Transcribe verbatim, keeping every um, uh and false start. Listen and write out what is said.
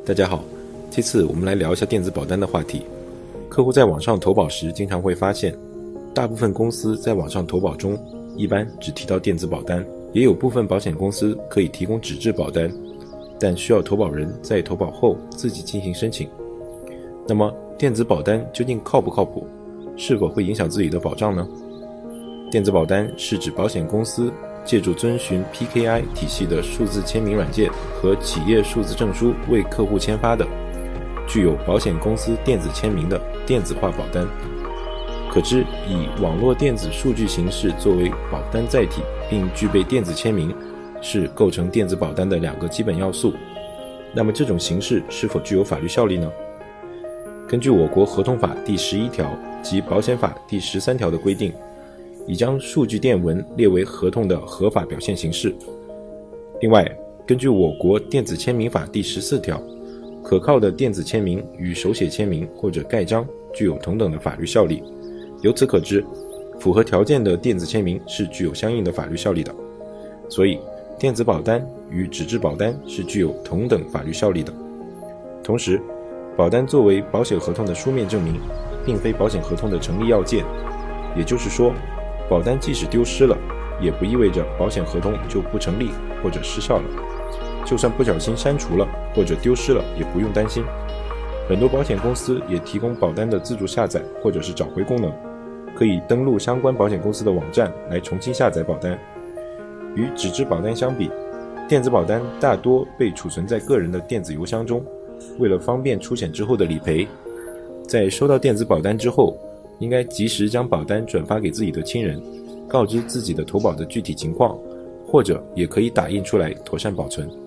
大家好，这次我们来聊一下电子保单的话题。客户在网上投保时，经常会发现，大部分公司在网上投保中，一般只提到电子保单，也有部分保险公司可以提供纸质保单，但需要投保人在投保后自己进行申请。那么，电子保单究竟靠不靠谱？是否会影响自己的保障呢？电子保单是指保险公司借助遵循 P K I 体系的数字签名软件和企业数字证书为客户签发的，具有保险公司电子签名的电子化保单。可知以网络电子数据形式作为保单载体，并具备电子签名，是构成电子保单的两个基本要素。那么这种形式是否具有法律效力呢？根据我国合同法第十一条及保险法第十三条的规定，已将数据电文列为合同的合法表现形式。另外，根据我国电子签名法第十四条，可靠的电子签名与手写签名或者盖章具有同等的法律效力。由此可知，符合条件的电子签名是具有相应的法律效力的。所以，电子保单与纸质保单是具有同等法律效力的。同时，保单作为保险合同的书面证明，并非保险合同的成立要件。也就是说，保单即使丢失了，也不意味着保险合同就不成立或者失效了。就算不小心删除了或者丢失了，也不用担心。很多保险公司也提供保单的自助下载或者是找回功能，可以登录相关保险公司的网站来重新下载保单。与纸质保单相比，电子保单大多被储存在个人的电子邮箱中，为了方便出险之后的理赔，在收到电子保单之后，应该及时将保单转发给自己的亲人，告知自己的投保的具体情况，或者也可以打印出来妥善保存。